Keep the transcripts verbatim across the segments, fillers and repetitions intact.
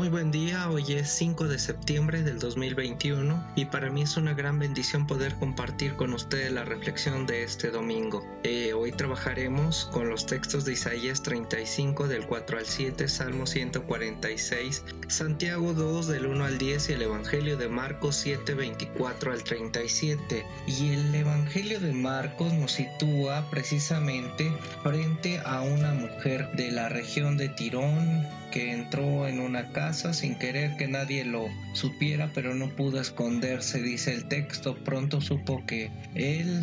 Muy buen día, hoy es cinco de septiembre del dos mil veintiuno y para mí es una gran bendición poder compartir con ustedes la reflexión de este domingo. Eh, hoy trabajaremos con los textos de Isaías treinta y cinco del cuatro al siete, Salmo ciento cuarenta y seis, Santiago dos del uno al diez y el Evangelio de Marcos siete veinticuatro al treinta y siete. Y el Evangelio de Marcos nos sitúa precisamente frente a una mujer de la región de Tirón que entró en una casa sin querer que nadie lo supiera, pero no pudo esconderse, dice el texto. Pronto supo que él,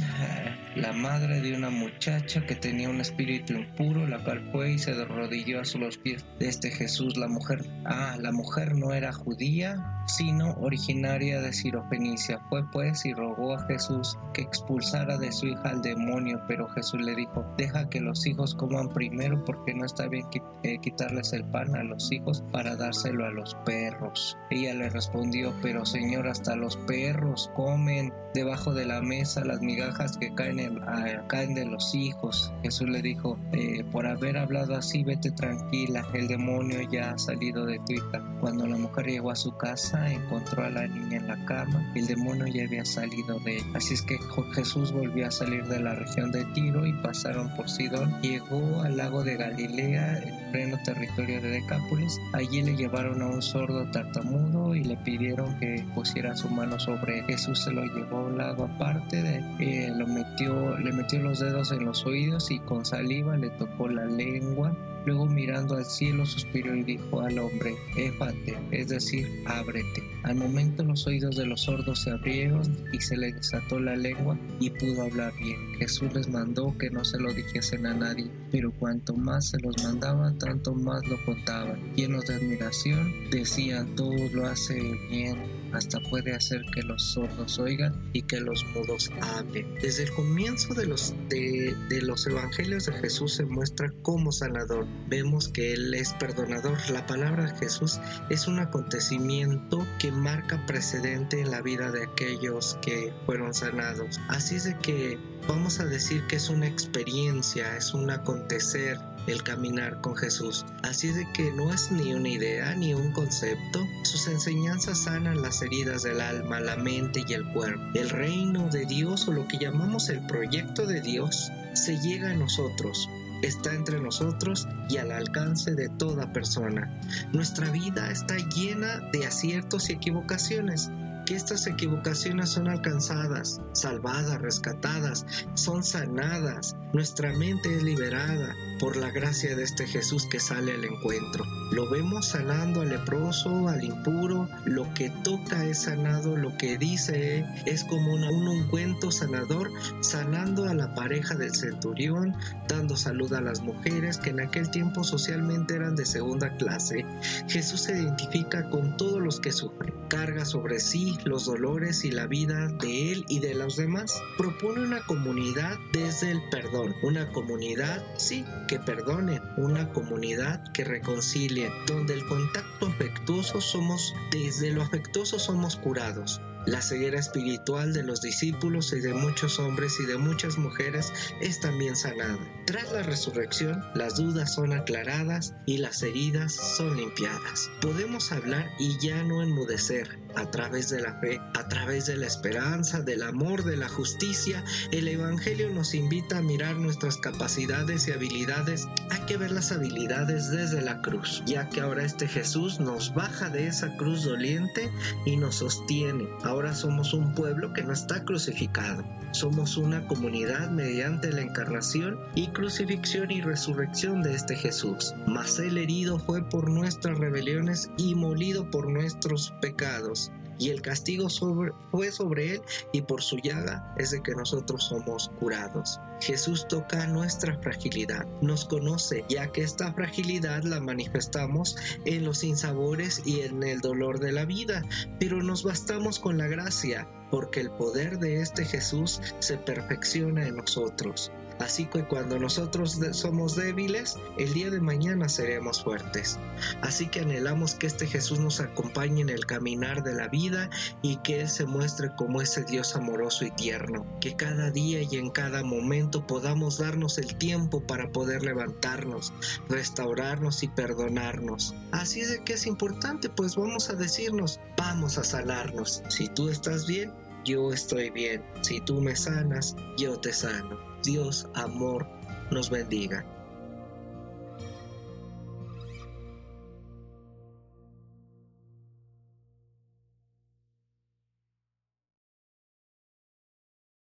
la madre de una muchacha que tenía un espíritu impuro, la cual fue y se arrodilló a los pies de este Jesús. La mujer, ah, la mujer no era judía, sino originaria de Sirofenicia. Fue pues y rogó a Jesús que expulsara de su hija al demonio, pero Jesús le dijo: deja que los hijos coman primero, porque no está bien quitarles el pan a los hijos para dárselo a los perros. Ella le respondió: pero Señor, hasta los perros comen debajo de la mesa las migajas que caen, en, a, caen de los hijos. Jesús le dijo: eh, por haber hablado así, vete tranquila, el demonio ya ha salido de tu hija. Cuando la mujer llegó a su casa, encontró a la niña en la cama, el demonio ya había salido de ella. Así es que Jesús volvió a salir de la región de Tiro y pasaron por Sidón. Llegó al lago de Galilea, en pleno territorio de Decápolis. Allí le llevaron a un sordo tartamudo y le pidieron que pusiera su mano sobre él. Jesús se lo llevó a un lado aparte, de, eh, lo metió, le metió los dedos en los oídos y con saliva le tocó la lengua. Luego, mirando al cielo, suspiró y dijo al hombre: éfate, es decir, ábrete. Al momento los oídos de los sordos se abrieron y se le desató la lengua y pudo hablar bien. Jesús les mandó que no se lo dijesen a nadie, pero cuanto más se los mandaba, tanto más lo contaban. Llenos de admiración, decían: todo lo hace bien, hasta puede hacer que los sordos oigan y que los mudos hablen. Desde el comienzo de los, de, de los evangelios de Jesús se muestra como sanador. Vemos que Él es perdonador. La palabra Jesús es un acontecimiento que marca precedente en la vida de aquellos que fueron sanados. Así es de que vamos a decir que es una experiencia, es un acontecer el caminar con Jesús. Así es de que no es ni una idea ni un concepto. Sus enseñanzas sanan las heridas del alma, la mente y el cuerpo. El reino de Dios, o lo que llamamos el proyecto de Dios, se llega a nosotros. Está entre nosotros y al alcance de toda persona. Nuestra vida está llena de aciertos y equivocaciones. Que estas equivocaciones son alcanzadas, salvadas, rescatadas, son sanadas. Nuestra mente es liberada por la gracia de este Jesús que sale al encuentro. Lo vemos sanando al leproso, al impuro. Lo que toca es sanado. Lo que dice es como una, un ungüento sanador, sanando a la pareja del centurión, dando salud a las mujeres que en aquel tiempo socialmente eran de segunda clase. Jesús se identifica con todos los que sufren, carga sobre sí los dolores y la vida de él y de los demás. Propone una comunidad desde el perdón, una comunidad, sí, que perdone, una comunidad que reconcilie, donde el contacto afectuoso somos, desde lo afectuoso somos curados. La ceguera espiritual de los discípulos y de muchos hombres y de muchas mujeres es también sanada. Tras la resurrección, las dudas son aclaradas y las heridas son limpiadas. Podemos hablar y ya no enmudecer. A través de la fe, a través de la esperanza, del amor, de la justicia, el Evangelio nos invita a mirar nuestras capacidades y habilidades. Hay que ver las habilidades desde la cruz, ya que ahora este Jesús nos baja de esa cruz doliente y nos sostiene. Ahora somos un pueblo que no está crucificado. Somos una comunidad mediante la encarnación y crucifixión y resurrección de este Jesús. Mas Él herido fue por nuestras rebeliones y molido por nuestros pecados. Y el castigo sobre, fue sobre Él, y por su llaga es de que nosotros somos curados. Jesús toca nuestra fragilidad, nos conoce, ya que esta fragilidad la manifestamos en los sinsabores y en el dolor de la vida, pero nos bastamos con la gracia, porque el poder de este Jesús se perfecciona en nosotros. Así que cuando nosotros somos débiles, el día de mañana seremos fuertes. Así que anhelamos que este Jesús nos acompañe en el caminar de la vida y que Él se muestre como ese Dios amoroso y tierno. Que cada día y en cada momento podamos darnos el tiempo para poder levantarnos, restaurarnos y perdonarnos. Así es de que es importante, pues vamos a decirnos, vamos a sanarnos. Si tú estás bien, yo estoy bien. Si tú me sanas, yo te sano. Dios, amor, nos bendiga.